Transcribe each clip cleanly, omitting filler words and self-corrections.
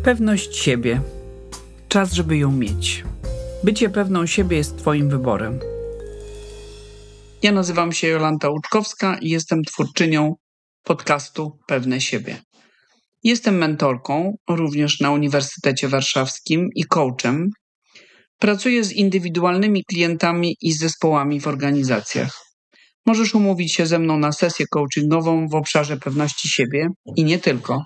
Pewność siebie. Czas, żeby ją mieć. Bycie pewną siebie jest Twoim wyborem. Ja nazywam się Jolanta Łuczkowska i jestem twórczynią podcastu Pewne siebie. Jestem mentorką, również na Uniwersytecie Warszawskim i coachem. Pracuję z indywidualnymi klientami i zespołami w organizacjach. Możesz umówić się ze mną na sesję coachingową w obszarze pewności siebie i nie tylko.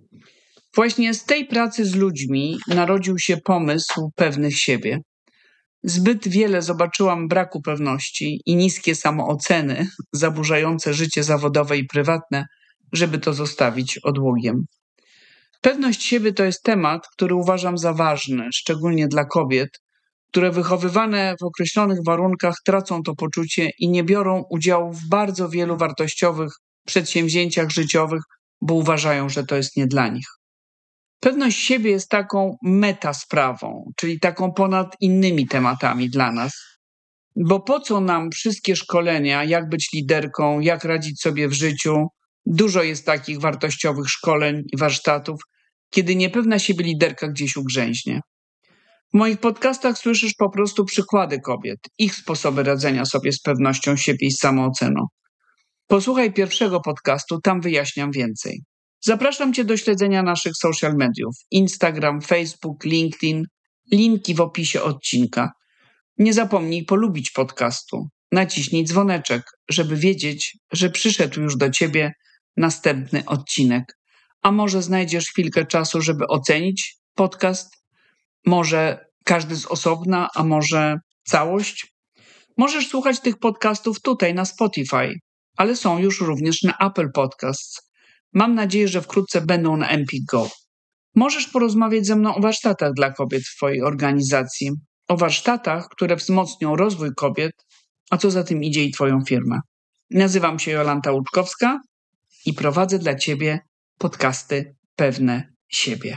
Właśnie z tej pracy z ludźmi narodził się pomysł pewnych siebie. Zbyt wiele zobaczyłam braku pewności i niskie samooceny, zaburzające życie zawodowe i prywatne, żeby to zostawić odłogiem. Pewność siebie to jest temat, który uważam za ważny, szczególnie dla kobiet, które wychowywane w określonych warunkach tracą to poczucie i nie biorą udziału w bardzo wielu wartościowych przedsięwzięciach życiowych, bo uważają, że to jest nie dla nich. Pewność siebie jest taką metasprawą, czyli taką ponad innymi tematami dla nas. Bo po co nam wszystkie szkolenia, jak być liderką, jak radzić sobie w życiu? Dużo jest takich wartościowych szkoleń i warsztatów, kiedy niepewna siebie liderka gdzieś ugrzęźnie. W moich podcastach słyszysz po prostu przykłady kobiet, ich sposoby radzenia sobie z pewnością siebie i z samooceną. Posłuchaj pierwszego podcastu, tam wyjaśniam więcej. Zapraszam Cię do śledzenia naszych social mediów: Instagram, Facebook, LinkedIn, linki w opisie odcinka. Nie zapomnij polubić podcastu, naciśnij dzwoneczek, żeby wiedzieć, że przyszedł już do Ciebie następny odcinek. A może znajdziesz chwilkę czasu, żeby ocenić podcast? Może każdy z osobna, a może całość? Możesz słuchać tych podcastów tutaj na Spotify, ale są już również na Apple Podcasts. Mam nadzieję, że wkrótce będą na Empik Go. Możesz porozmawiać ze mną o warsztatach dla kobiet w Twojej organizacji, o warsztatach, które wzmocnią rozwój kobiet, a co za tym idzie i Twoją firmę. Nazywam się Jolanta Łuczkowska i prowadzę dla Ciebie podcasty Pewne siebie.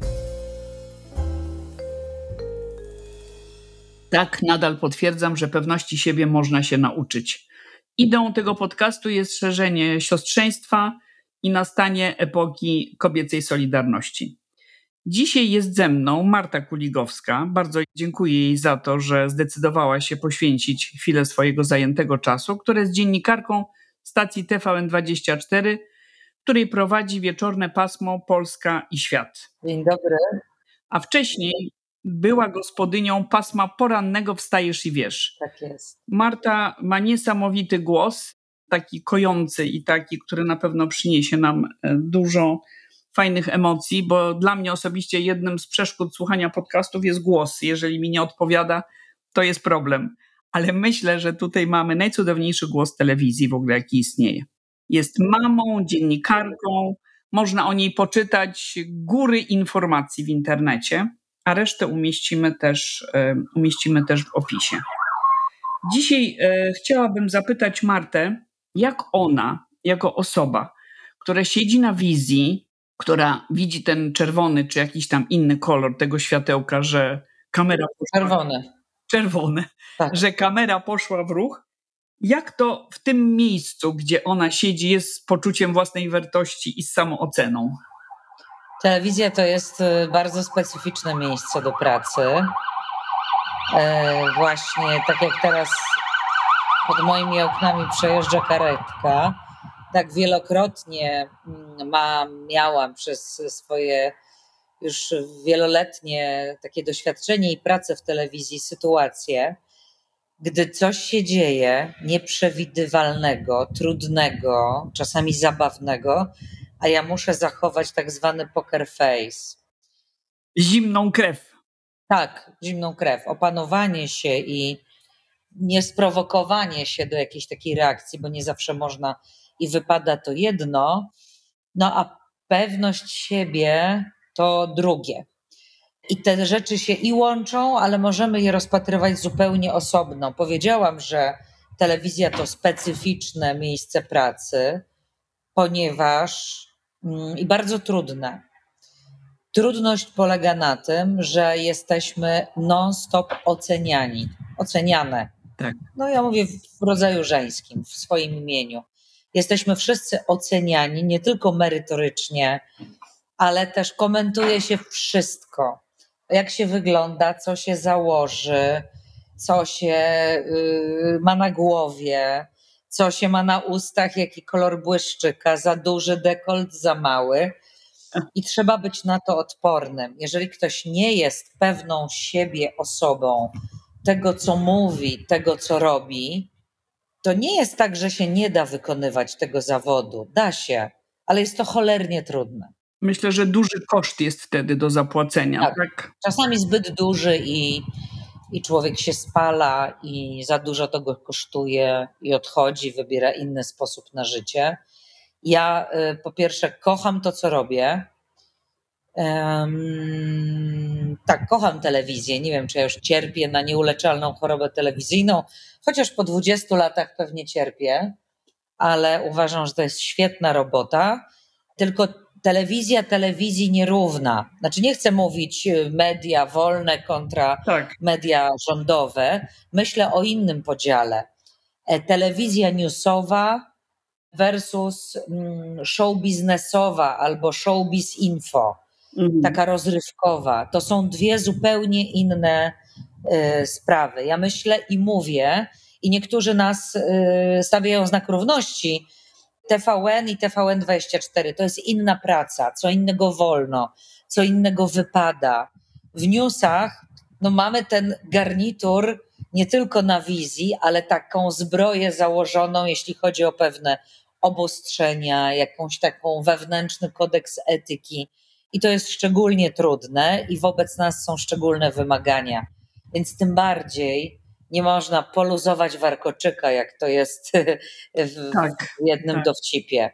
Tak, nadal potwierdzam, że pewności siebie można się nauczyć. Ideą tego podcastu jest szerzenie siostrzeństwa i nastanie epoki kobiecej solidarności. Dzisiaj jest ze mną Marta Kuligowska. Bardzo dziękuję jej za to, że zdecydowała się poświęcić chwilę swojego zajętego czasu, która jest dziennikarką stacji TVN24, której prowadzi wieczorne pasmo Polska i Świat. Dzień dobry. A wcześniej była gospodynią pasma porannego Wstajesz i Wiesz. Tak jest. Marta ma niesamowity głos, taki kojący i taki, który na pewno przyniesie nam dużo fajnych emocji, bo dla mnie osobiście jednym z przeszkód słuchania podcastów jest głos. Jeżeli mi nie odpowiada, to jest problem. Ale myślę, że tutaj mamy najcudowniejszy głos telewizji w ogóle, jaki istnieje. Jest mamą, dziennikarką, można o niej poczytać góry informacji w internecie, a resztę umieścimy też w opisie. Dzisiaj chciałabym zapytać Martę, jak ona, jako osoba, która siedzi na wizji, która widzi ten czerwony czy jakiś tam inny kolor tego światełka, że kamera poszła... Czerwone. Tak. Że kamera poszła w ruch. Jak to w tym miejscu, gdzie ona siedzi, jest z poczuciem własnej wartości i z samooceną? Telewizja to jest bardzo specyficzne miejsce do pracy. Właśnie tak jak teraz pod moimi oknami przejeżdża karetka, tak wielokrotnie miałam przez swoje już wieloletnie takie doświadczenie i pracę w telewizji sytuacje, gdy coś się dzieje nieprzewidywalnego, trudnego, czasami zabawnego, a ja muszę zachować tak zwany poker face. Zimną krew. Tak, zimną krew. Opanowanie się i niesprowokowanie się do jakiejś takiej reakcji, bo nie zawsze można i wypada to jedno, no a pewność siebie to drugie. I te rzeczy się i łączą, ale możemy je rozpatrywać zupełnie osobno. Powiedziałam, że telewizja to specyficzne miejsce pracy, ponieważ i bardzo trudne. Trudność polega na tym, że jesteśmy non-stop oceniane. Tak. No ja mówię w rodzaju żeńskim, w swoim imieniu. Jesteśmy wszyscy oceniani nie tylko merytorycznie, ale też komentuje się wszystko. Jak się wygląda, co się założy, co się ma na głowie, co się ma na ustach, jaki kolor błyszczyka, za duży dekolt, za mały. I trzeba być na to odpornym. Jeżeli ktoś nie jest pewną siebie osobą, tego co mówi, tego co robi, to nie jest tak, że się nie da wykonywać tego zawodu. Da się, ale jest to cholernie trudne. Myślę, że duży koszt jest wtedy do zapłacenia, Tak. tak? Czasami zbyt duży i człowiek się spala i za dużo to go kosztuje i odchodzi, wybiera inny sposób na życie. Ja po pierwsze kocham to, co robię. Tak, kocham telewizję. Nie wiem, czy ja już cierpię na nieuleczalną chorobę telewizyjną, chociaż po 20 latach pewnie cierpię, ale uważam, że to jest świetna robota. Tylko telewizja telewizji nierówna. Znaczy nie chcę mówić media wolne kontra Tak. media rządowe. Myślę o innym podziale. Telewizja newsowa versus show biznesowa albo showbiz info. Taka rozrywkowa. To są dwie zupełnie inne sprawy. Ja myślę i mówię, i niektórzy nas stawiają znak równości. TVN i TVN24 to jest inna praca, co innego wolno, co innego wypada. W newsach mamy ten garnitur nie tylko na wizji, ale taką zbroję założoną, jeśli chodzi o pewne obostrzenia, jakąś taką wewnętrzny kodeks etyki. I to jest szczególnie trudne i wobec nas są szczególne wymagania. Więc tym bardziej nie można poluzować warkoczyka, jak to jest w jednym dowcipie.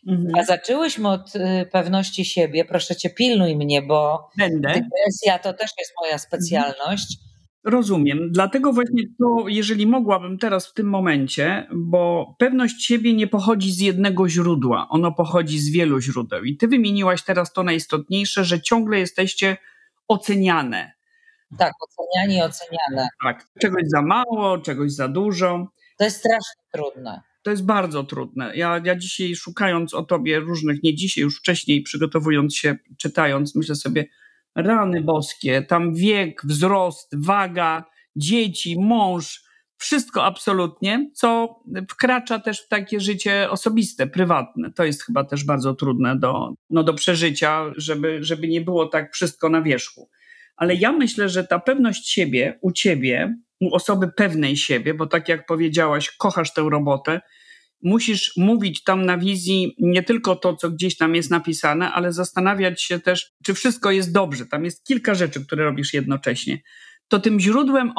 A zaczęłyśmy od pewności siebie. Proszę cię, pilnuj mnie, bo dygresja to też jest moja specjalność. Rozumiem. Dlatego właśnie to, jeżeli mogłabym teraz w tym momencie, bo pewność siebie nie pochodzi z jednego źródła, ono pochodzi z wielu źródeł. I ty wymieniłaś teraz to najistotniejsze, że ciągle jesteście oceniane. Tak, oceniani i oceniane. Tak, czegoś za mało, czegoś za dużo. To jest strasznie trudne. To jest bardzo trudne. Ja dzisiaj szukając o tobie różnych, nie dzisiaj, już wcześniej przygotowując się, czytając, myślę sobie, rany boskie, tam wiek, wzrost, waga, dzieci, mąż, wszystko absolutnie, co wkracza też w takie życie osobiste, prywatne. To jest chyba też bardzo trudne do przeżycia, żeby nie było tak wszystko na wierzchu. Ale ja myślę, że ta pewność siebie u ciebie, u osoby pewnej siebie, bo tak jak powiedziałaś, kochasz tę robotę, musisz mówić tam na wizji nie tylko to, co gdzieś tam jest napisane, ale zastanawiać się też, czy wszystko jest dobrze. Tam jest kilka rzeczy, które robisz jednocześnie. To tym źródłem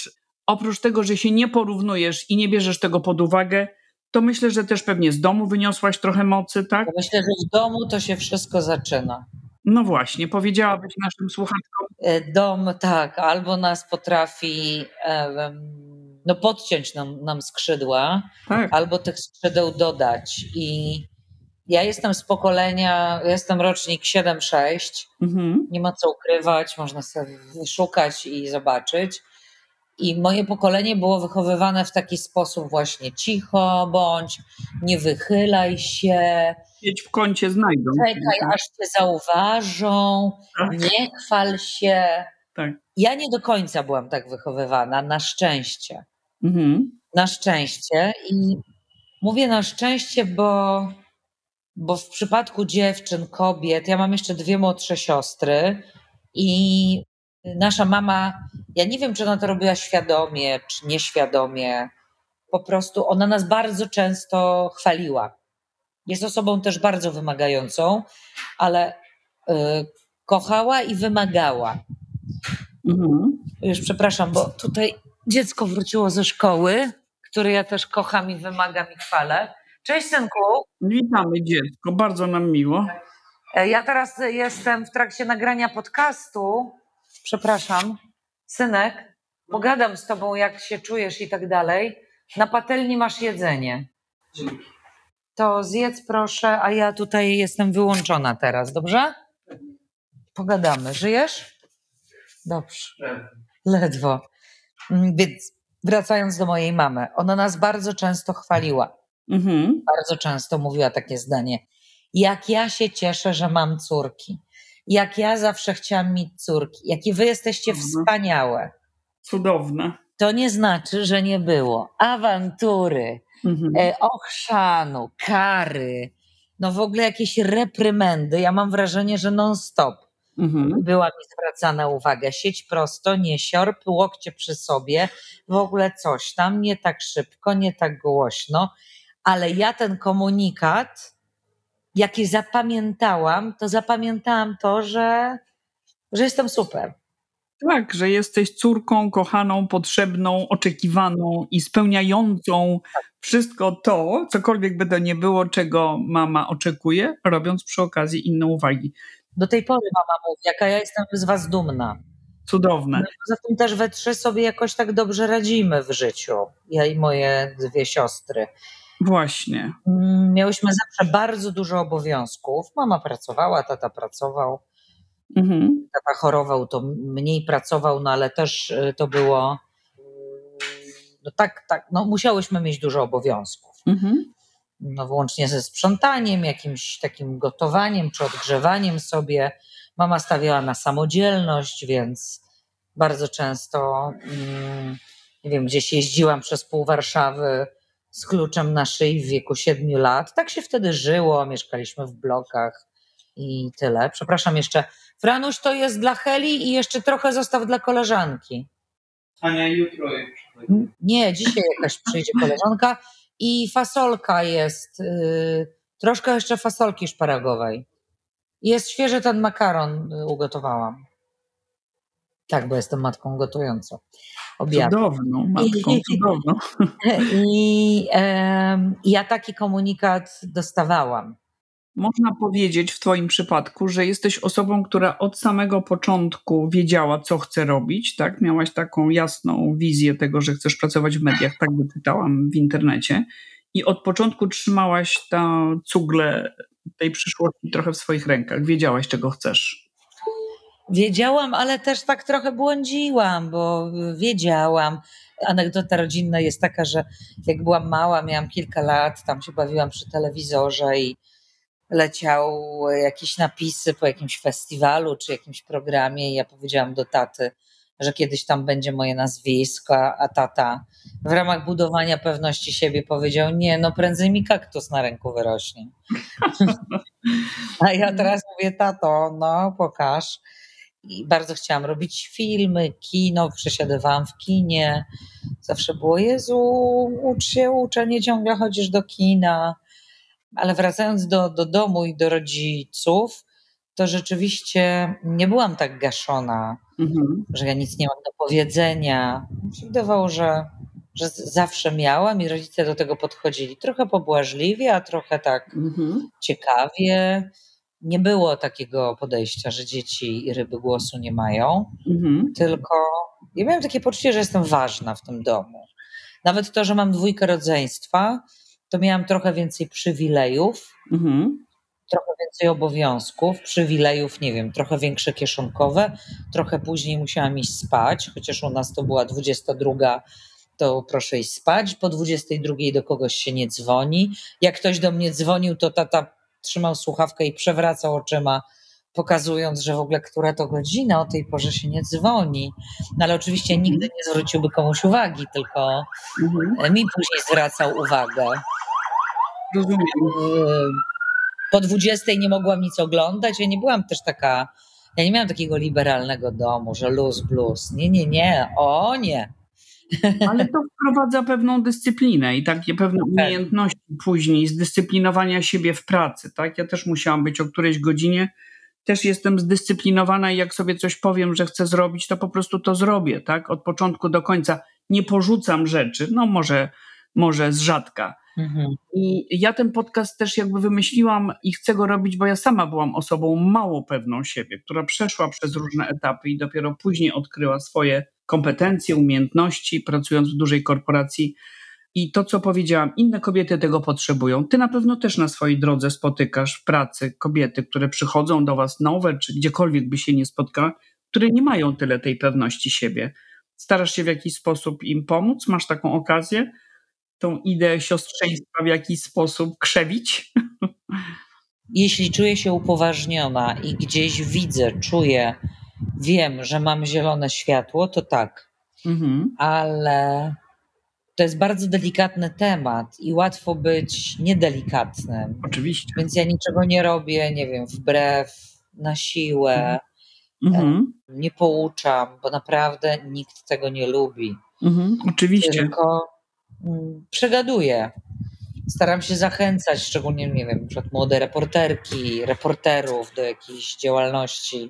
oprócz tego, że się nie porównujesz i nie bierzesz tego pod uwagę, to myślę, że też pewnie z domu wyniosłaś trochę mocy, tak? Myślę, że w domu to się wszystko zaczyna. No właśnie, powiedziałabyś naszym słuchaczkom. Dom, tak, albo nas potrafi podciąć nam skrzydła, Tak. albo tych skrzydeł dodać. I ja jestem z pokolenia, jestem rocznik 7-6, nie ma co ukrywać, można sobie wyszukać i zobaczyć. I moje pokolenie było wychowywane w taki sposób właśnie: cicho bądź, nie wychylaj się. Siedź w kącie, znajdą. Czekaj, aż cię zauważą, nie chwal się. Tak. Ja nie do końca byłam tak wychowywana, na szczęście. Na szczęście. I mówię na szczęście, bo w przypadku dziewczyn, kobiet, ja mam jeszcze 2 młodsze siostry i nasza mama, ja nie wiem, czy ona to robiła świadomie, czy nieświadomie, po prostu ona nas bardzo często chwaliła. Jest osobą też bardzo wymagającą, ale kochała i wymagała. Już przepraszam, bo tutaj dziecko wróciło ze szkoły, które ja też kocham i wymagam i chwalę. Cześć, synku. Witamy dziecko, bardzo nam miło. Ja teraz jestem w trakcie nagrania podcastu. Przepraszam. Synek, pogadam z tobą, jak się czujesz i tak dalej. Na patelni masz jedzenie. Dzięki. To zjedz proszę, a ja tutaj jestem wyłączona teraz, dobrze? Pogadamy. Żyjesz? Dobrze. Ledwo. Więc wracając do mojej mamy. Ona nas bardzo często chwaliła. Bardzo często mówiła takie zdanie: Jak ja się cieszę, że mam córki. Jak ja zawsze chciałam mieć córki. Jakie wy jesteście wspaniałe. Cudowne. To nie znaczy, że nie było awantury, ochrzanu, kary, no w ogóle jakieś reprymendy. Ja mam wrażenie, że non-stop była mi zwracana uwaga. Siedź prosto, nie siorb, łokcie przy sobie, w ogóle coś tam, nie tak szybko, nie tak głośno. Ale ja ten komunikat, jaki zapamiętałam to, że jestem super. Tak, że jesteś córką kochaną, potrzebną, oczekiwaną i spełniającą wszystko to, cokolwiek by to nie było, czego mama oczekuje, robiąc przy okazji inne uwagi. Do tej pory mama mówi, jaka ja jestem z was dumna. Cudowne. No i poza tym też we trzy sobie jakoś tak dobrze radzimy w życiu. Ja i moje dwie siostry. Właśnie. Miałyśmy zawsze bardzo dużo obowiązków. Mama pracowała, tata pracował. Tata chorował, to mniej pracował, no ale też to było no tak, no musiałyśmy mieć dużo obowiązków. No włącznie ze sprzątaniem, jakimś takim gotowaniem czy odgrzewaniem sobie. Mama stawiała na samodzielność, więc bardzo często, nie wiem, gdzieś jeździłam przez pół Warszawy z kluczem na szyi w wieku 7 lat. Tak się wtedy żyło, mieszkaliśmy w blokach i tyle. Przepraszam jeszcze. Franuś, to jest dla Heli i jeszcze trochę zostaw dla koleżanki. Ania, jutro już. Nie, dzisiaj jakaś przyjdzie koleżanka i fasolka jest, troszkę jeszcze fasolki szparagowej. Jest świeży ten makaron, ugotowałam. Tak, bo jestem matką gotującą obiad. Cudowną matką, cudowną. I ja taki komunikat dostawałam. Można powiedzieć w twoim przypadku, że jesteś osobą, która od samego początku wiedziała, co chce robić, tak? Miałaś taką jasną wizję tego, że chcesz pracować w mediach, tak wyczytałam w internecie. I od początku trzymałaś tę cuglę tej przyszłości trochę w swoich rękach. Wiedziałaś, czego chcesz. Wiedziałam, ale też tak trochę błądziłam, bo wiedziałam. Anegdota rodzinna jest taka, że jak byłam mała, miałam kilka lat, tam się bawiłam przy telewizorze i leciały jakieś napisy po jakimś festiwalu czy jakimś programie i ja powiedziałam do taty, że kiedyś tam będzie moje nazwisko, a tata w ramach budowania pewności siebie powiedział, nie, no prędzej mi kaktus na ręku wyrośnie. A ja teraz mówię, tato, no pokaż. I bardzo chciałam robić filmy, kino, przesiadywałam w kinie. Zawsze było, Jezu, ucz się, uczenie, ciągle chodzisz do kina. Ale wracając do domu i do rodziców, to rzeczywiście nie byłam tak gaszona, że ja nic nie mam do powiedzenia. Mi się wydawało, że zawsze miałam i rodzice do tego podchodzili trochę pobłażliwie, a trochę tak ciekawie. Nie było takiego podejścia, że dzieci i ryby głosu nie mają, tylko ja miałam takie poczucie, że jestem ważna w tym domu. Nawet to, że mam 2 rodzeństwa, to miałam trochę więcej przywilejów, trochę więcej obowiązków, przywilejów, nie wiem, trochę większe kieszonkowe, trochę później musiałam iść spać, chociaż u nas to była 22, to proszę iść spać, po 22 do kogoś się nie dzwoni. Jak ktoś do mnie dzwonił, to tata trzymał słuchawkę i przewracał oczyma, pokazując, że w ogóle która to godzina, o tej porze się nie dzwoni. No ale oczywiście nigdy nie zwróciłby komuś uwagi, tylko mi później zwracał uwagę. Rozumiem. Po 20 nie mogłam nic oglądać, ja nie byłam też taka, ja nie miałam takiego liberalnego domu, że luz, blues. Nie, nie. Ale to wprowadza pewną dyscyplinę i takie pewne umiejętności później zdyscyplinowania siebie w pracy, tak? Ja też musiałam być o którejś godzinie, też jestem zdyscyplinowana i jak sobie coś powiem, że chcę zrobić, to po prostu to zrobię, tak? Od początku do końca nie porzucam rzeczy, no może z rzadka. I ja ten podcast też jakby wymyśliłam i chcę go robić, bo ja sama byłam osobą mało pewną siebie, która przeszła przez różne etapy i dopiero później odkryła swoje kompetencje, umiejętności, pracując w dużej korporacji. I to, co powiedziałam, inne kobiety tego potrzebują. Ty na pewno też na swojej drodze spotykasz w pracy kobiety, które przychodzą do was nowe, czy gdziekolwiek by się nie spotkała, które nie mają tyle tej pewności siebie. Starasz się w jakiś sposób im pomóc? Masz taką okazję? Tą ideę siostrzeństwa w jakiś sposób krzewić? Jeśli czuję się upoważniona i gdzieś widzę, czuję, wiem, że mam zielone światło, to tak. Ale to jest bardzo delikatny temat i łatwo być niedelikatnym. Oczywiście. Więc ja niczego nie robię, nie wiem, wbrew, na siłę. Nie pouczam, bo naprawdę nikt tego nie lubi. Oczywiście. Tylko przegaduję. Staram się zachęcać, szczególnie, nie wiem, na przykład młode reporterki, reporterów do jakiejś działalności,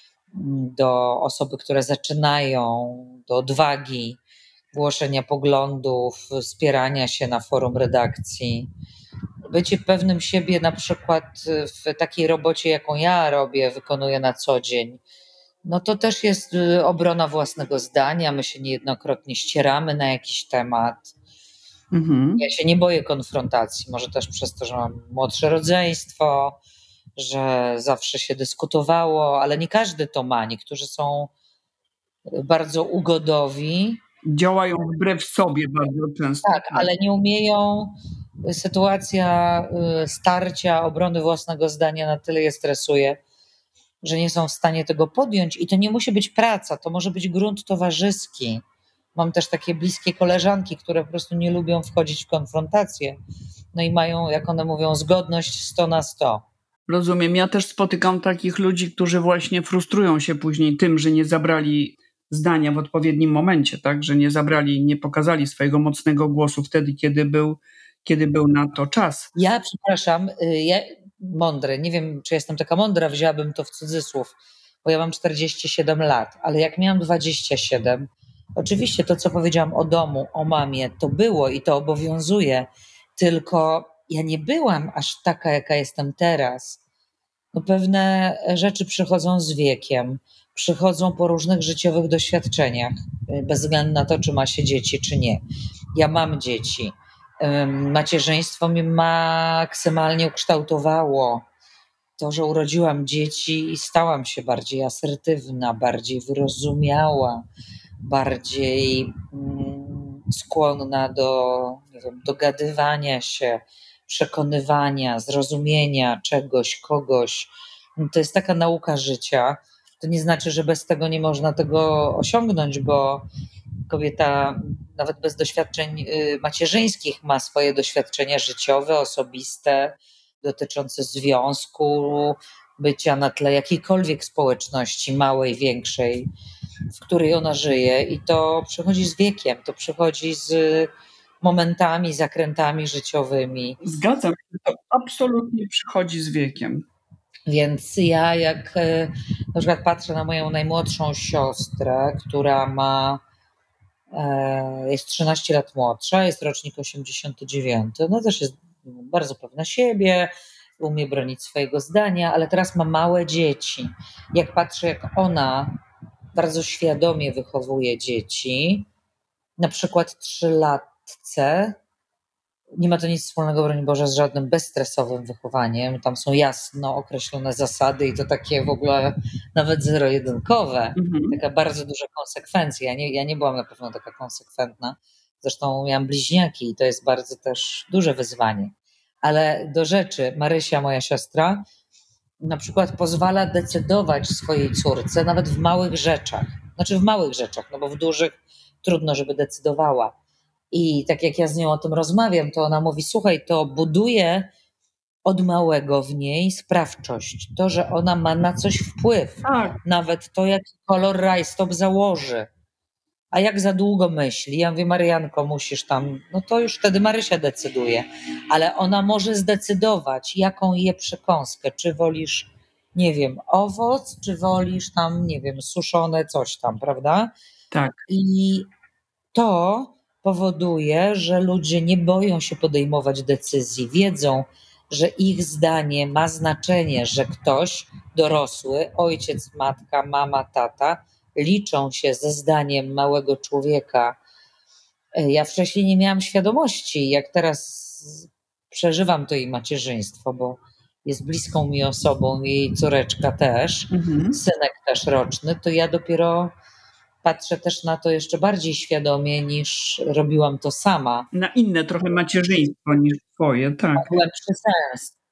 do osoby, które zaczynają, do odwagi, głoszenia poglądów, wspierania się na forum redakcji. Bycie pewnym siebie na przykład w takiej robocie, jaką ja robię, wykonuję na co dzień, no to też jest obrona własnego zdania. My się niejednokrotnie ścieramy na jakiś temat. Ja się nie boję konfrontacji, może też przez to, że mam młodsze rodzeństwo, że zawsze się dyskutowało, ale nie każdy to ma. Niektórzy są bardzo ugodowi. Działają wbrew sobie bardzo często. Tak, ale nie umieją. Sytuacja starcia, obrony własnego zdania na tyle je stresuje, że nie są w stanie tego podjąć. I to nie musi być praca, to może być grunt towarzyski. Mam też takie bliskie koleżanki, które po prostu nie lubią wchodzić w konfrontację. No i mają, jak one mówią, zgodność 100 na 100. Rozumiem. Ja też spotykam takich ludzi, którzy właśnie frustrują się później tym, że nie zabrali zdania w odpowiednim momencie, tak? Że nie pokazali swojego mocnego głosu wtedy, kiedy był na to czas. Ja, przepraszam, mądry, nie wiem, czy jestem taka mądra, wzięłabym to w cudzysłów, bo ja mam 47 lat, ale jak miałam 27, oczywiście to, co powiedziałam o domu, o mamie, to było i to obowiązuje, tylko ja nie byłam aż taka, jaka jestem teraz. No pewne rzeczy przychodzą z wiekiem, przychodzą po różnych życiowych doświadczeniach, bez względu na to, czy ma się dzieci, czy nie. Ja mam dzieci. Macierzyństwo mnie maksymalnie ukształtowało. To, że urodziłam dzieci i stałam się bardziej asertywna, bardziej wyrozumiała, bardziej skłonna do, nie wiem, dogadywania się, przekonywania, zrozumienia czegoś, kogoś. To jest taka nauka życia. To nie znaczy, że bez tego nie można tego osiągnąć, bo kobieta nawet bez doświadczeń macierzyńskich ma swoje doświadczenia życiowe, osobiste, dotyczące związku, bycia na tle jakiejkolwiek społeczności, małej, większej, w której ona żyje. I to przychodzi z wiekiem, to przychodzi z momentami, zakrętami życiowymi. Zgadzam się, to absolutnie przychodzi z wiekiem. Więc ja jak na przykład patrzę na moją najmłodszą siostrę, która jest 13 lat młodsza, jest rocznik 89, no też jest bardzo pewna siebie, umie bronić swojego zdania, ale teraz ma małe dzieci. Jak patrzę, jak ona bardzo świadomie wychowuje dzieci, na przykład 3-latce, nie ma to nic wspólnego, broń Boże, z żadnym bezstresowym wychowaniem. Tam są jasno określone zasady i to takie w ogóle nawet zero-jedynkowe. Taka bardzo duża konsekwencja. Ja nie byłam na pewno taka konsekwentna. Zresztą miałam bliźniaki i to jest bardzo też duże wyzwanie. Ale do rzeczy, Marysia, moja siostra, na przykład pozwala decydować swojej córce nawet w małych rzeczach. Znaczy w małych rzeczach, no bo w dużych trudno, żeby decydowała. I tak jak ja z nią o tym rozmawiam, to ona mówi, słuchaj, to buduje od małego w niej sprawczość. To, że ona ma na coś wpływ. Tak. Nawet to, jaki kolor rajstop założy. A jak za długo myśli, ja mówię, Marianko, musisz tam, no to już wtedy Marysia decyduje. Ale ona może zdecydować, jaką je przekąskę. Czy wolisz, nie wiem, owoc, czy wolisz tam, nie wiem, suszone coś tam, prawda? Tak. I to powoduje, że ludzie nie boją się podejmować decyzji, wiedzą, że ich zdanie ma znaczenie, że ktoś dorosły, ojciec, matka, mama, tata, liczą się ze zdaniem małego człowieka. Ja wcześniej nie miałam świadomości, jak teraz przeżywam to jej macierzyństwo, bo jest bliską mi osobą, jej córeczka też, synek też roczny, to ja dopiero patrzę też na to jeszcze bardziej świadomie, niż robiłam to sama. Na inne trochę macierzyństwo niż twoje, tak. Ma głębszy sens.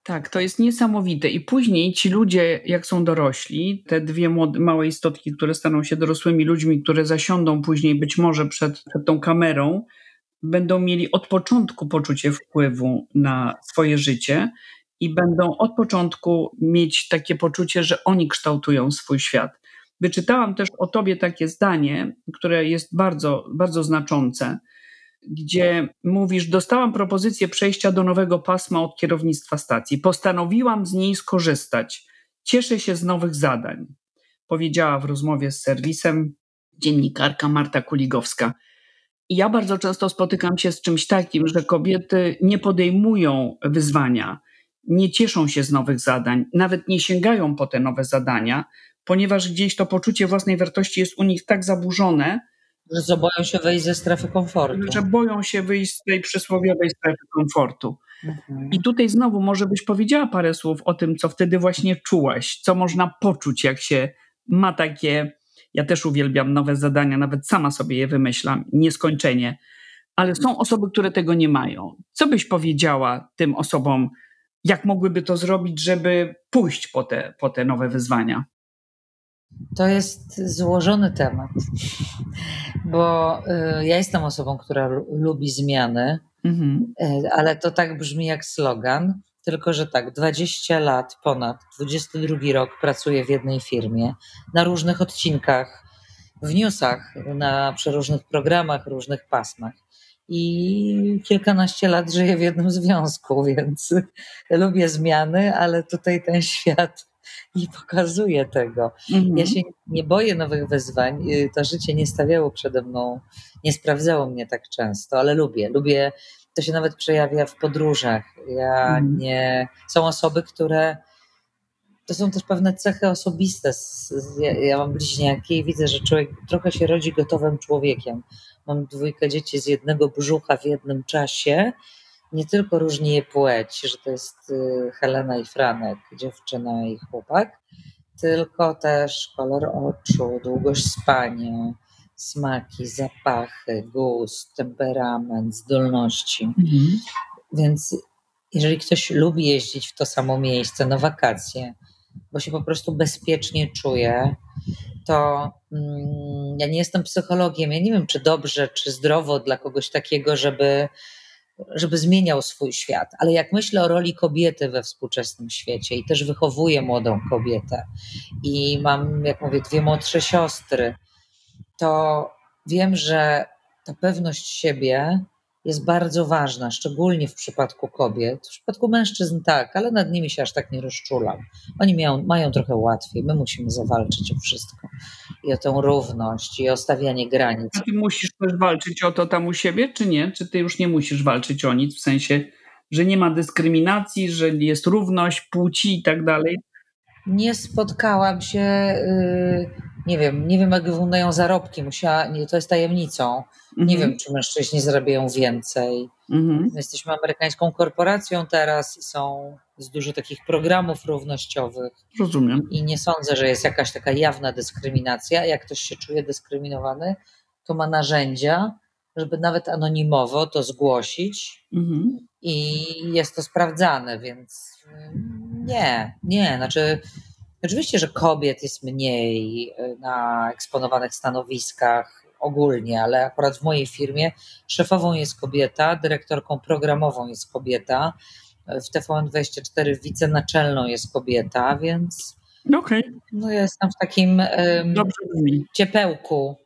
Tak, to jest niesamowite. I później ci ludzie, jak są dorośli, te dwie małe istotki, które staną się dorosłymi ludźmi, które zasiądą później być może przed tą kamerą, będą mieli od początku poczucie wpływu na swoje życie i będą od początku mieć takie poczucie, że oni kształtują swój świat. Wyczytałam też o tobie takie zdanie, które jest bardzo, bardzo znaczące, gdzie mówisz: dostałam propozycję przejścia do nowego pasma od kierownictwa stacji. Postanowiłam z niej skorzystać. Cieszę się z nowych zadań. Powiedziała w rozmowie z serwisem dziennikarka Marta Kuligowska. I ja bardzo często spotykam się z czymś takim, że kobiety nie podejmują wyzwania, nie cieszą się z nowych zadań, nawet nie sięgają po te nowe zadania, ponieważ gdzieś to poczucie własnej wartości jest u nich tak zaburzone, Że boją się wyjść ze strefy komfortu. że boją się wyjść z tej przysłowiowej strefy komfortu. Mhm. I tutaj znowu może byś powiedziała parę słów o tym, co wtedy właśnie czułaś, co można poczuć, jak się ma takie... Ja też uwielbiam nowe zadania, nawet sama sobie je wymyślam, nieskończenie. Ale są osoby, które tego nie mają. Co byś powiedziała tym osobom, jak mogłyby to zrobić, żeby pójść po te nowe wyzwania? To jest złożony temat, bo ja jestem osobą, która lubi zmiany, ale to tak brzmi jak slogan, tylko że tak, 20 lat ponad, 22 rok pracuję w jednej firmie, na różnych odcinkach, w newsach, na przeróżnych programach, różnych pasmach. I kilkanaście lat żyję w jednym związku, więc lubię zmiany, ale tutaj ten świat nie pokazuje tego. Ja się nie boję nowych wyzwań. To życie nie stawiało przede mną, nie sprawdzało mnie tak często, ale lubię. To się nawet przejawia w podróżach. Są osoby, które to są też pewne cechy osobiste. Ja mam bliźniaki i widzę, że człowiek trochę się rodzi gotowym człowiekiem. Mam 2 dzieci z jednego brzucha w jednym czasie. Nie tylko różni je płeć, że to jest Helena i Franek, dziewczyna i chłopak, tylko też kolor oczu, długość spania, smaki, zapachy, gust, temperament, zdolności. Więc jeżeli ktoś lubi jeździć w to samo miejsce na wakacje, bo się po prostu bezpiecznie czuje, to ja nie jestem psychologiem, ja nie wiem, czy dobrze, czy zdrowo dla kogoś takiego, żeby zmieniał swój świat. Ale jak myślę o roli kobiety we współczesnym świecie i też wychowuję młodą kobietę i mam, jak mówię, 2 młodsze siostry, to wiem, że ta pewność siebie jest bardzo ważna, szczególnie w przypadku kobiet. W przypadku mężczyzn tak, ale nad nimi się aż tak nie rozczulam. Oni mają trochę łatwiej. My musimy zawalczyć o wszystko. I o tę równość, i o stawianie granic. A ty musisz też walczyć o to tam u siebie, czy nie? Czy ty już nie musisz walczyć o nic, w sensie, że nie ma dyskryminacji, że jest równość płci i tak dalej? Nie spotkałam się, nie wiem jak wyglądają zarobki, to jest tajemnicą. Nie wiem, czy mężczyźni zarabiają więcej. My jesteśmy amerykańską korporacją teraz i jest dużo takich programów równościowych. Rozumiem. I nie sądzę, że jest jakaś taka jawna dyskryminacja. Jak ktoś się czuje dyskryminowany, to ma narzędzia, żeby nawet anonimowo to zgłosić i jest to sprawdzane, więc nie. Znaczy, oczywiście, że kobiet jest mniej na eksponowanych stanowiskach ogólnie, ale akurat w mojej firmie szefową jest kobieta, dyrektorką programową jest kobieta, w TVN24 wicenaczelną jest kobieta, więc no ja jestem w takim ciepełku,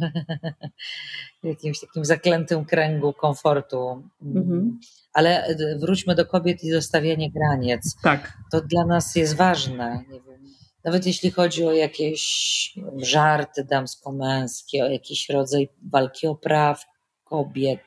jakimś takim zaklętym kręgu komfortu. Ale wróćmy do kobiet i do stawiania granic. Tak. To dla nas jest ważne. Nie wiem, nawet jeśli chodzi o jakieś żarty damsko-męskie, o jakiś rodzaj walki o praw kobiet,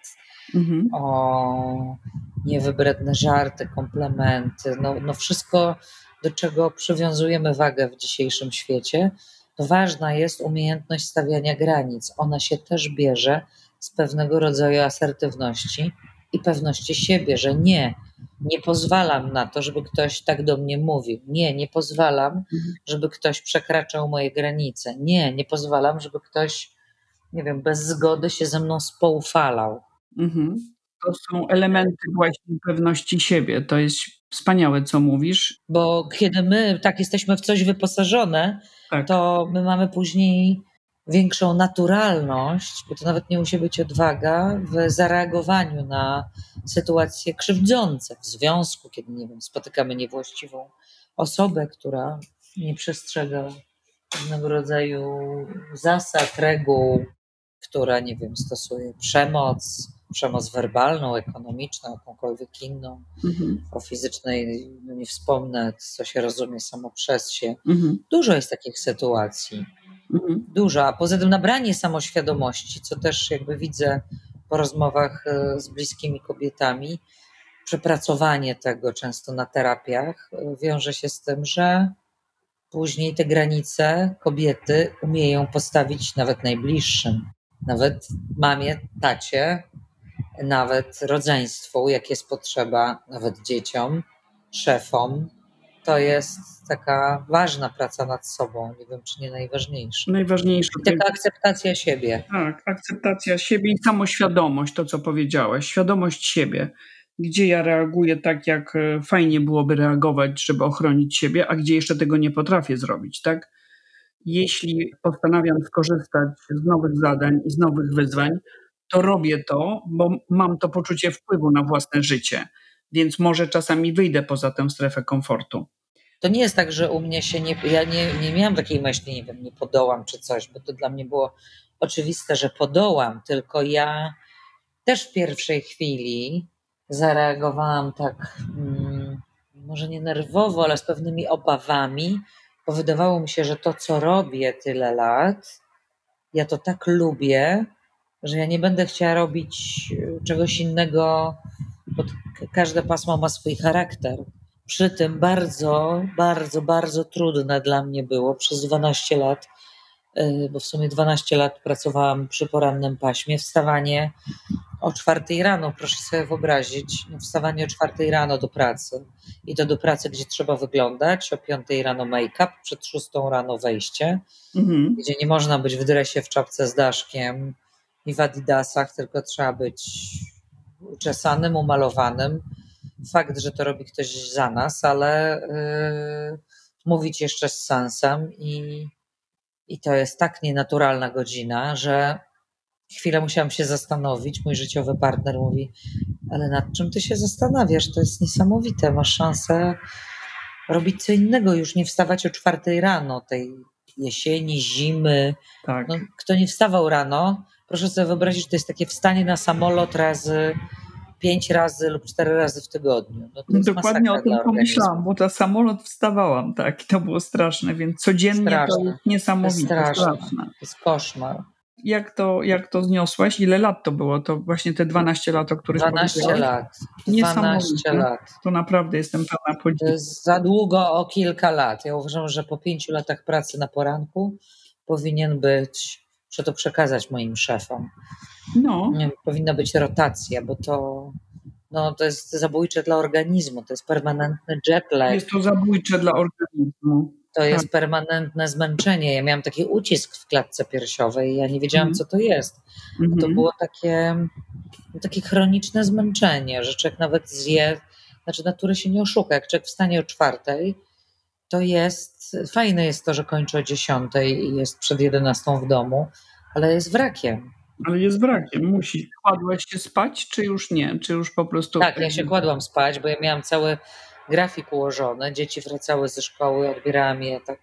o niewybredne żarty, komplementy, no wszystko, do czego przywiązujemy wagę w dzisiejszym świecie, to ważna jest umiejętność stawiania granic. Ona się też bierze z pewnego rodzaju asertywności i pewności siebie, że nie pozwalam na to, żeby ktoś tak do mnie mówił. Nie pozwalam, żeby ktoś przekraczał moje granice. Nie pozwalam, żeby ktoś, nie wiem, bez zgody się ze mną spoufalał. To są elementy właśnie pewności siebie. To jest Wspaniałe, co mówisz. Bo kiedy my tak jesteśmy w coś wyposażone, Tak. to my mamy później większą naturalność, bo to nawet nie musi być odwaga w zareagowaniu na sytuacje krzywdzące w związku, kiedy, nie wiem, spotykamy niewłaściwą osobę, która nie przestrzega pewnego rodzaju zasad, reguł, która, nie wiem, stosuje przemoc werbalną, ekonomiczną, jakąkolwiek inną. O fizycznej no nie wspomnę, co się rozumie samo przez się. Dużo jest takich sytuacji. Dużo. A poza tym nabranie samoświadomości, co też jakby widzę po rozmowach z bliskimi kobietami, przepracowanie tego często na terapiach wiąże się z tym, że później te granice kobiety umieją postawić nawet najbliższym, nawet mamie, tacie, nawet rodzeństwu, jak jest potrzeba, nawet dzieciom, szefom. To jest taka ważna praca nad sobą, nie wiem, czy nie najważniejsza. Najważniejsze. I taka akceptacja siebie. Tak, akceptacja siebie i samoświadomość, to co powiedziałeś, świadomość siebie. Gdzie ja reaguję tak, jak fajnie byłoby reagować, żeby ochronić siebie, a gdzie jeszcze tego nie potrafię zrobić, tak? Jeśli postanawiam skorzystać z nowych zadań i z nowych wyzwań, to robię to, bo mam to poczucie wpływu na własne życie, więc może czasami wyjdę poza tę strefę komfortu. To nie jest tak, że u mnie się ja nie miałam takiej myśli, nie wiem, nie podołam czy coś, bo to dla mnie było oczywiste, że podołam, tylko ja też w pierwszej chwili zareagowałam tak, może nie nerwowo, ale z pewnymi obawami, bo wydawało mi się, że to, co robię tyle lat, ja to tak lubię, że ja nie będę chciała robić czegoś innego, bo każde pasmo ma swój charakter. Przy tym bardzo, bardzo, bardzo trudne dla mnie było przez 12 lat, bo w sumie 12 lat pracowałam przy porannym paśmie, wstawanie o 4 rano, proszę sobie wyobrazić, wstawanie o 4 rano do pracy i to do pracy, gdzie trzeba wyglądać, o 5 rano make-up, przed 6 rano wejście, gdzie nie można być w dresie, w czapce z daszkiem i w adidasach, tylko trzeba być uczesanym, umalowanym. Fakt, że to robi ktoś za nas, ale mówić jeszcze z sensem i to jest tak nienaturalna godzina, że chwilę musiałam się zastanowić. Mój życiowy partner mówi, ale nad czym ty się zastanawiasz? To jest niesamowite, masz szansę robić co innego, już nie wstawać o 4 rano tej jesieni, zimy. Tak. No, kto nie wstawał rano, proszę sobie wyobrazić, że to jest takie wstanie na samolot razy 5 razy lub 4 razy w tygodniu. No to jest Dokładnie o masakra tym dla pomyślałam, organizmu. bo na samolot wstawałam, tak, i to było straszne, więc codziennie to Straszne. jest niesamowite, straszne. straszne. To jest koszmar. Jak to zniosłaś? Ile lat to było? To właśnie te 12 lat, o których 12 powiedziałaś? lat. 12 Niesamowite. lat. To naprawdę jestem pełna To podziwu. jest za długo o kilka lat. Ja uważam, że po 5 latach pracy na poranku powinien być, muszę to przekazać moim szefom, No, powinna być rotacja, bo to jest zabójcze dla organizmu, to jest permanentny jetlag, jest to zabójcze dla organizmu. to jest permanentne zmęczenie. Ja miałam taki ucisk w klatce piersiowej, ja nie wiedziałam, co to jest. A to było takie chroniczne zmęczenie, że człowiek nawet zje, znaczy natury się nie oszuka, jak człowiek wstanie o 4, to jest, fajne jest to, że kończy o 10 i jest przed 11 w domu, ale jest wrakiem. Ale jest wrakiem, musi. Kładłaś się spać, czy już nie? Czy już po prostu... Tak, ja się kładłam spać, bo ja miałam cały grafik ułożony, dzieci wracały ze szkoły, odbierałam je tak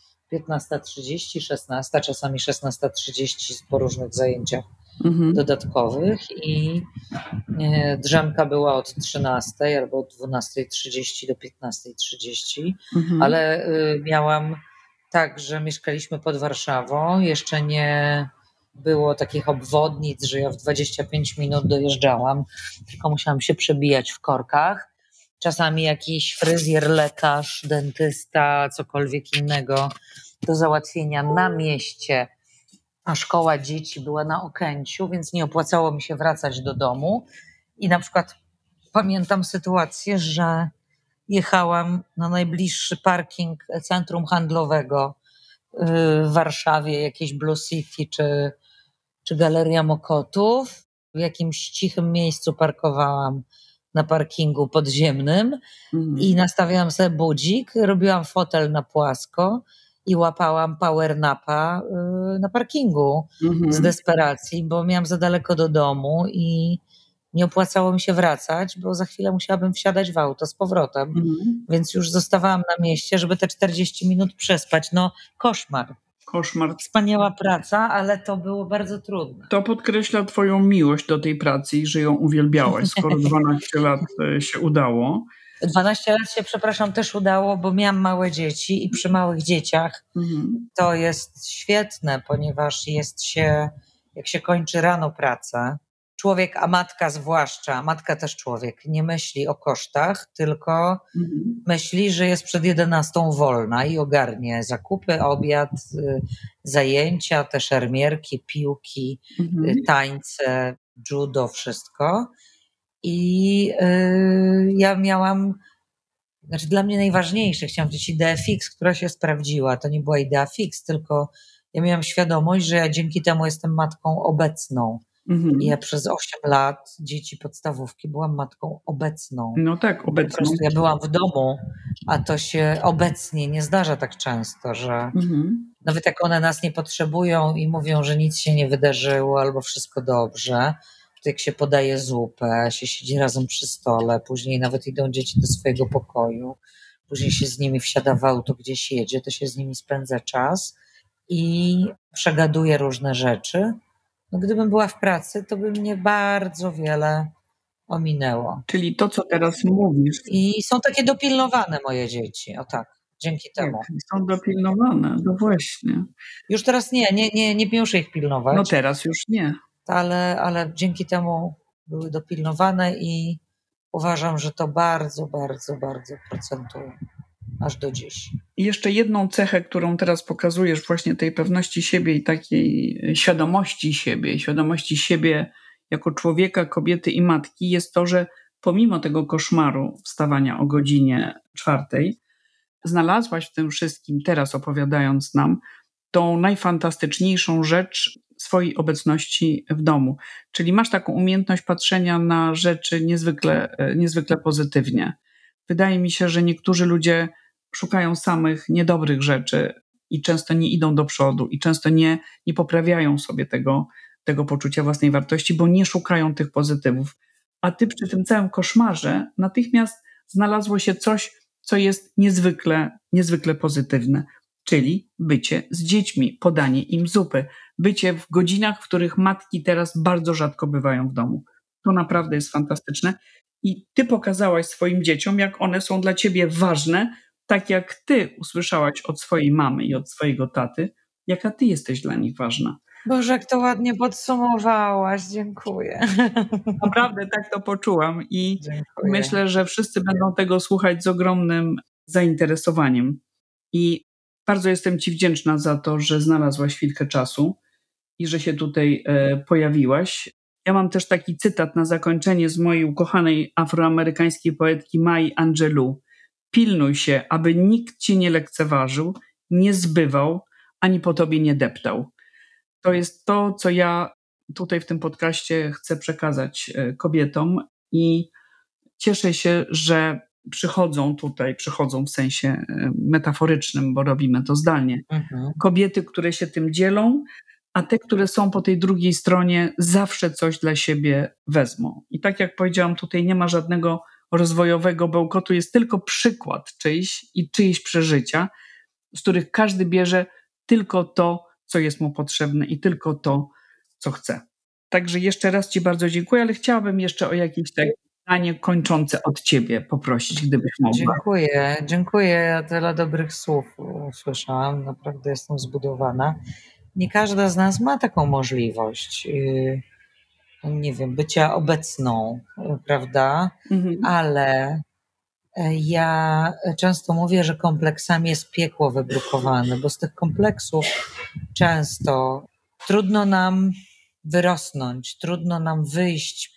15:30, 16, czasami 16:30 po różnych zajęciach dodatkowych i drzemka była od 13 albo od 12:30 do 15:30, ale miałam tak, że mieszkaliśmy pod Warszawą, jeszcze nie było takich obwodnic, że ja w 25 minut dojeżdżałam, tylko musiałam się przebijać w korkach. Czasami jakiś fryzjer, lekarz, dentysta, cokolwiek innego do załatwienia na mieście, a szkoła dzieci była na Okęciu, więc nie opłacało mi się wracać do domu. I na przykład pamiętam sytuację, że jechałam na najbliższy parking centrum handlowego w Warszawie, jakieś Blue City czy Galeria Mokotów. W jakimś cichym miejscu parkowałam na parkingu podziemnym i nastawiałam sobie budzik, robiłam fotel na płasko i łapałam power napa na parkingu z desperacji, bo miałam za daleko do domu i nie opłacało mi się wracać, bo za chwilę musiałabym wsiadać w auto z powrotem, więc już zostawałam na mieście, żeby te 40 minut przespać. No koszmar. Koszmar. Wspaniała praca, ale to było bardzo trudne. To podkreśla twoją miłość do tej pracy i że ją uwielbiałaś, skoro 12 lat się udało. 12 lat się, przepraszam, też udało, bo miałam małe dzieci i przy małych dzieciach to jest świetne, ponieważ jak się kończy rano pracę, człowiek, a matka zwłaszcza, matka też człowiek, nie myśli o kosztach, tylko myśli, że jest przed 11 wolna i ogarnie zakupy, obiad, zajęcia, te szermierki, piłki, tańce, judo, wszystko. I ja miałam, dla mnie najważniejsze, chciałam powiedzieć ideę fix, która się sprawdziła. To nie była idea fix, tylko ja miałam świadomość, że ja dzięki temu jestem matką obecną. I ja przez 8 lat dzieci podstawówki byłam matką obecną. No tak, obecną. Po prostu ja byłam w domu, a to się obecnie nie zdarza tak często, że nawet jak one nas nie potrzebują i mówią, że nic się nie wydarzyło albo wszystko dobrze, to jak się podaje zupę, się siedzi razem przy stole, później nawet idą dzieci do swojego pokoju, później się z nimi wsiada w auto, gdzieś jedzie, to się z nimi spędza czas i przegaduje różne rzeczy. No, gdybym była w pracy, to by mnie bardzo wiele ominęło. Czyli to, co teraz mówisz. I są takie dopilnowane moje dzieci, o tak, dzięki temu. Są dopilnowane, no właśnie. Już teraz nie muszę ich pilnować. No teraz już nie. Ale dzięki temu były dopilnowane i uważam, że to bardzo, bardzo, bardzo procentuje aż do dziś. I jeszcze jedną cechę, którą teraz pokazujesz, właśnie tej pewności siebie i takiej świadomości siebie jako człowieka, kobiety i matki, jest to, że pomimo tego koszmaru wstawania o godzinie 4:00, znalazłaś w tym wszystkim, teraz opowiadając nam, tą najfantastyczniejszą rzecz swojej obecności w domu. Czyli masz taką umiejętność patrzenia na rzeczy niezwykle pozytywnie. Wydaje mi się, że niektórzy ludzie szukają samych niedobrych rzeczy i często nie idą do przodu i często nie poprawiają sobie tego poczucia własnej wartości, bo nie szukają tych pozytywów. A ty przy tym całym koszmarze natychmiast znalazło się coś, co jest niezwykle pozytywne, czyli bycie z dziećmi, podanie im zupy, bycie w godzinach, w których matki teraz bardzo rzadko bywają w domu. To naprawdę jest fantastyczne. I ty pokazałaś swoim dzieciom, jak one są dla ciebie ważne, tak jak ty usłyszałaś od swojej mamy i od swojego taty, jaka ty jesteś dla nich ważna. Boże, jak to ładnie podsumowałaś, dziękuję. Naprawdę tak to poczułam i Dziękuję. myślę, że wszyscy będą tego słuchać z ogromnym zainteresowaniem. I bardzo jestem ci wdzięczna za to, że znalazłaś chwilkę czasu i że się tutaj pojawiłaś. Ja mam też taki cytat na zakończenie z mojej ukochanej afroamerykańskiej poetki Mai Angelou. Pilnuj się, aby nikt cię nie lekceważył, nie zbywał, ani po tobie nie deptał. To jest to, co ja tutaj w tym podcaście chcę przekazać kobietom i cieszę się, że przychodzą w sensie metaforycznym, bo robimy to zdalnie. Kobiety, które się tym dzielą, a te, które są po tej drugiej stronie, zawsze coś dla siebie wezmą. I tak jak powiedziałam, tutaj nie ma żadnego rozwojowego bełkotu, jest tylko przykład czyjś i czyjeś przeżycia, z których każdy bierze tylko to, co jest mu potrzebne i tylko to, co chce. Także jeszcze raz ci bardzo dziękuję, ale chciałabym jeszcze o jakieś takie zdanie kończące od ciebie poprosić, gdybyś mogła. Dziękuję. Ja tyle dobrych słów usłyszałam. Naprawdę jestem zbudowana. Nie każda z nas ma taką możliwość, nie wiem, bycia obecną, prawda? Ale ja często mówię, że kompleksami jest piekło wybrukowane, bo z tych kompleksów często trudno nam wyrosnąć, trudno nam wyjść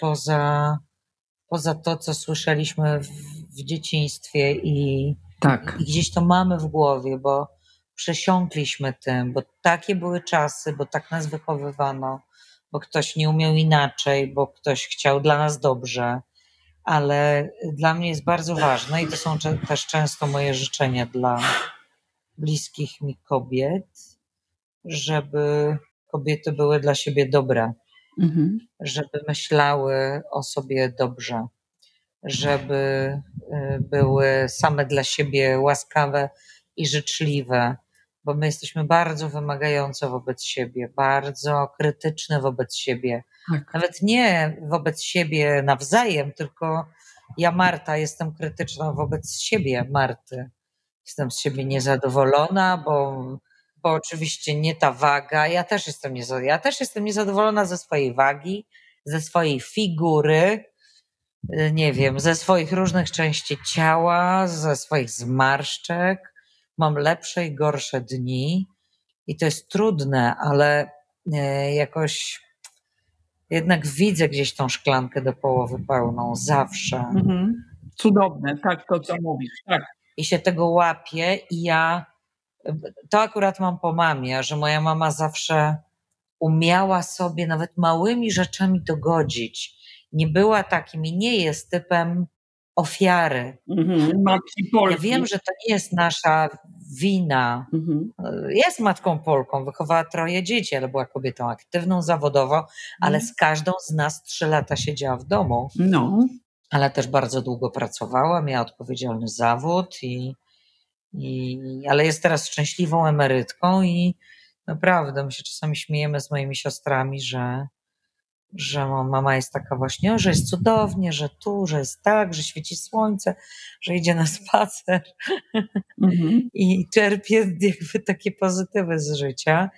poza to, co słyszeliśmy w dzieciństwie i gdzieś to mamy w głowie, bo przesiąkliśmy tym, bo takie były czasy, bo tak nas wychowywano, bo ktoś nie umiał inaczej, bo ktoś chciał dla nas dobrze. ale dla mnie jest bardzo ważne i to są też często moje życzenia dla bliskich mi kobiet, żeby kobiety były dla siebie dobre, żeby myślały o sobie dobrze, żeby były same dla siebie łaskawe i życzliwe, bo my jesteśmy bardzo wymagające wobec siebie, bardzo krytyczne wobec siebie. Tak. Nawet nie wobec siebie nawzajem, tylko ja, Marta, jestem krytyczna wobec siebie, Marty. Jestem z siebie niezadowolona, bo oczywiście nie ta waga. Ja też jestem niezadowolona ze swojej wagi, ze swojej figury, nie wiem, ze swoich różnych części ciała, ze swoich zmarszczek. Mam lepsze i gorsze dni i to jest trudne, ale jakoś jednak widzę gdzieś tą szklankę do połowy pełną, zawsze. Cudowne, tak, to co mówisz, tak. I się tego łapię i to akurat mam po mamie, że moja mama zawsze umiała sobie nawet małymi rzeczami dogodzić. Nie była takim i nie jest typem ofiary. Matki Polki. Ja wiem, że to nie jest nasza wina. Jest matką Polką, wychowała 3 dzieci, ale była kobietą aktywną zawodowo, ale z każdą z nas 3 lata siedziała w domu. No. Ale też bardzo długo pracowała, miała odpowiedzialny zawód, ale jest teraz szczęśliwą emerytką i naprawdę my się czasami śmiejemy z moimi siostrami, że mama jest taka właśnie, że jest cudownie, że tu, że jest tak, że świeci słońce, że idzie na spacer i czerpie jakby takie pozytywy z życia.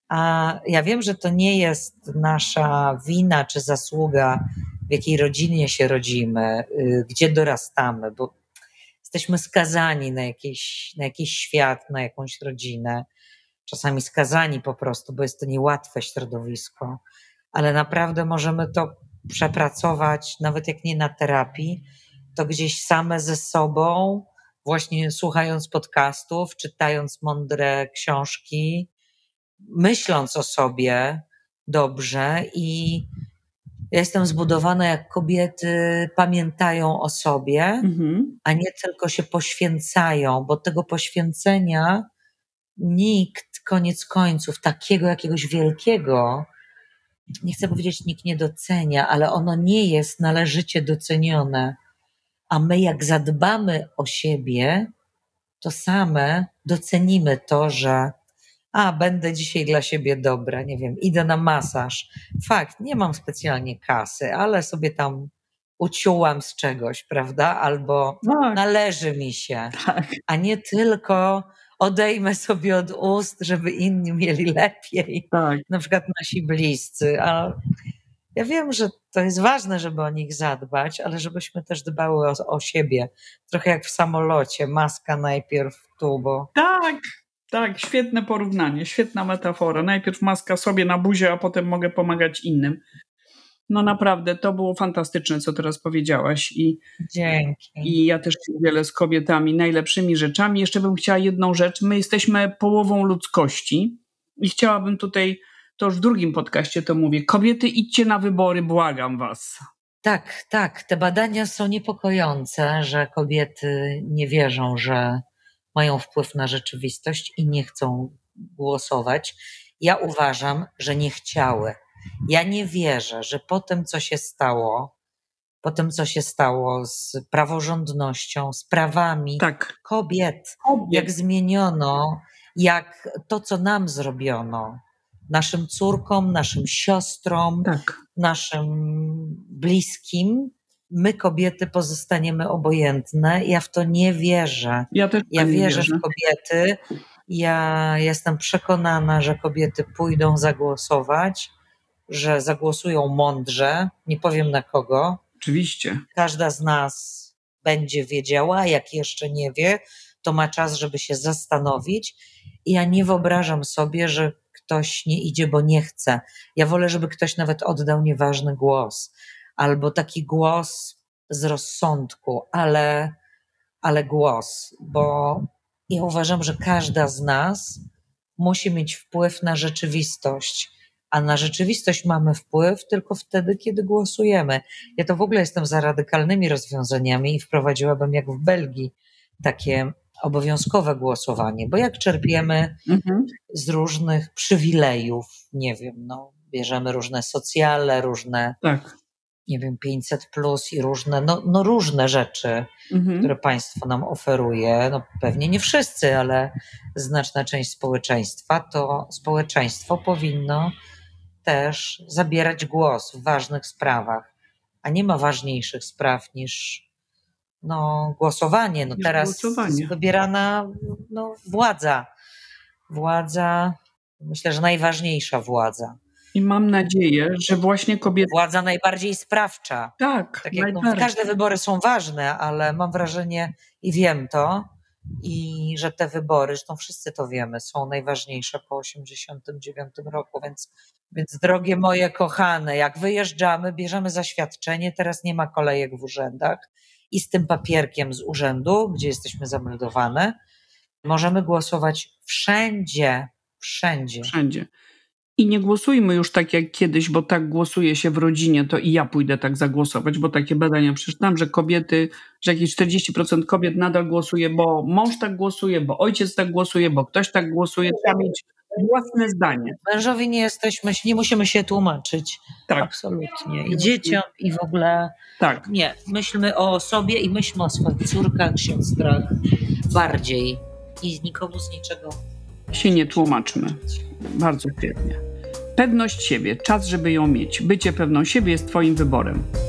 A ja wiem, że to nie jest nasza wina czy zasługa, w jakiej rodzinie się rodzimy, gdzie dorastamy, bo jesteśmy skazani na jakiś świat, na jakąś rodzinę. Czasami skazani po prostu, bo jest to niełatwe środowisko, ale naprawdę możemy to przepracować, nawet jak nie na terapii, to gdzieś same ze sobą, właśnie słuchając podcastów, czytając mądre książki, myśląc o sobie dobrze. I ja jestem zbudowana, jak kobiety pamiętają o sobie, a nie tylko się poświęcają, bo tego poświęcenia nikt, koniec końców, takiego jakiegoś wielkiego, nie chcę powiedzieć, nikt nie docenia, ale ono nie jest należycie docenione. A my, jak zadbamy o siebie, to same docenimy to, że będę dzisiaj dla siebie dobra, nie wiem, idę na masaż. Fakt, nie mam specjalnie kasy, ale sobie tam uciułam z czegoś, prawda? Albo należy mi się, a nie tylko odejmę sobie od ust, żeby inni mieli lepiej, na przykład nasi bliscy. A ja wiem, że to jest ważne, żeby o nich zadbać, ale żebyśmy też dbały o siebie. Trochę jak w samolocie, maska najpierw tu, bo... Tak, świetne porównanie, świetna metafora. Najpierw maska sobie na buzię, a potem mogę pomagać innym. No naprawdę, to było fantastyczne, co teraz powiedziałaś. Dzięki. I ja też się dzielę z kobietami najlepszymi rzeczami. Jeszcze bym chciała jedną rzecz. My jesteśmy połową ludzkości i chciałabym tutaj, to już w drugim podcaście to mówię, kobiety, idźcie na wybory, błagam was. Tak. Te badania są niepokojące, że kobiety nie wierzą, że mają wpływ na rzeczywistość i nie chcą głosować. Ja uważam, że nie chciały. Ja nie wierzę, że po tym, co się stało z praworządnością, z prawami kobiet, jak zmieniono, jak to, co nam zrobiono, naszym córkom, naszym siostrom, naszym bliskim, my kobiety pozostaniemy obojętne. Ja w to nie wierzę. Ja wierzę w kobiety. Ja jestem przekonana, że kobiety pójdą zagłosować, że zagłosują mądrze. Nie powiem na kogo. Oczywiście. Każda z nas będzie wiedziała, a jak jeszcze nie wie, to ma czas, żeby się zastanowić. I ja nie wyobrażam sobie, że ktoś nie idzie, bo nie chce. Ja wolę, żeby ktoś nawet oddał nieważny głos, albo taki głos z rozsądku, ale głos, bo ja uważam, że każda z nas musi mieć wpływ na rzeczywistość, a na rzeczywistość mamy wpływ tylko wtedy, kiedy głosujemy. Ja to w ogóle jestem za radykalnymi rozwiązaniami i wprowadziłabym, jak w Belgii, takie obowiązkowe głosowanie, bo jak czerpiemy z różnych przywilejów, nie wiem, no, bierzemy różne socjale, różne, Tak. nie wiem, 500 plus i różne, no różne rzeczy, które państwo nam oferuje, no pewnie nie wszyscy, ale znaczna część społeczeństwa, to społeczeństwo powinno też zabierać głos w ważnych sprawach, a nie ma ważniejszych spraw niż głosowanie. No Niż teraz głosowanie. jest wybierana władza, myślę, że najważniejsza władza. I mam nadzieję, że właśnie kobiety... Władza najbardziej sprawcza. Tak, Tak jak najbardziej. każde wybory są ważne, ale mam wrażenie i wiem to, i że te wybory, zresztą wszyscy to wiemy, są najważniejsze po 1989 roku, więc drogie moje kochane, jak wyjeżdżamy, bierzemy zaświadczenie, teraz nie ma kolejek w urzędach i z tym papierkiem z urzędu, gdzie jesteśmy zameldowane, możemy głosować wszędzie. Wszędzie. I nie głosujmy już tak jak kiedyś, bo tak głosuje się w rodzinie, to i ja pójdę tak zagłosować, bo takie badania przeczytałam, że jakieś 40% kobiet nadal głosuje, bo mąż tak głosuje, bo ojciec tak głosuje, bo ktoś tak głosuje. Trzeba mieć własne zdanie. Mężowi nie musimy się tłumaczyć. Tak. Absolutnie. I dzieciom, i w ogóle. Tak. Nie, myślmy o sobie i myślmy o swoich córkach, siostrach bardziej. I nikomu z niczego Się nie tłumaczmy. Bardzo pięknie. Pewność siebie, czas, żeby ją mieć. Bycie pewną siebie jest twoim wyborem.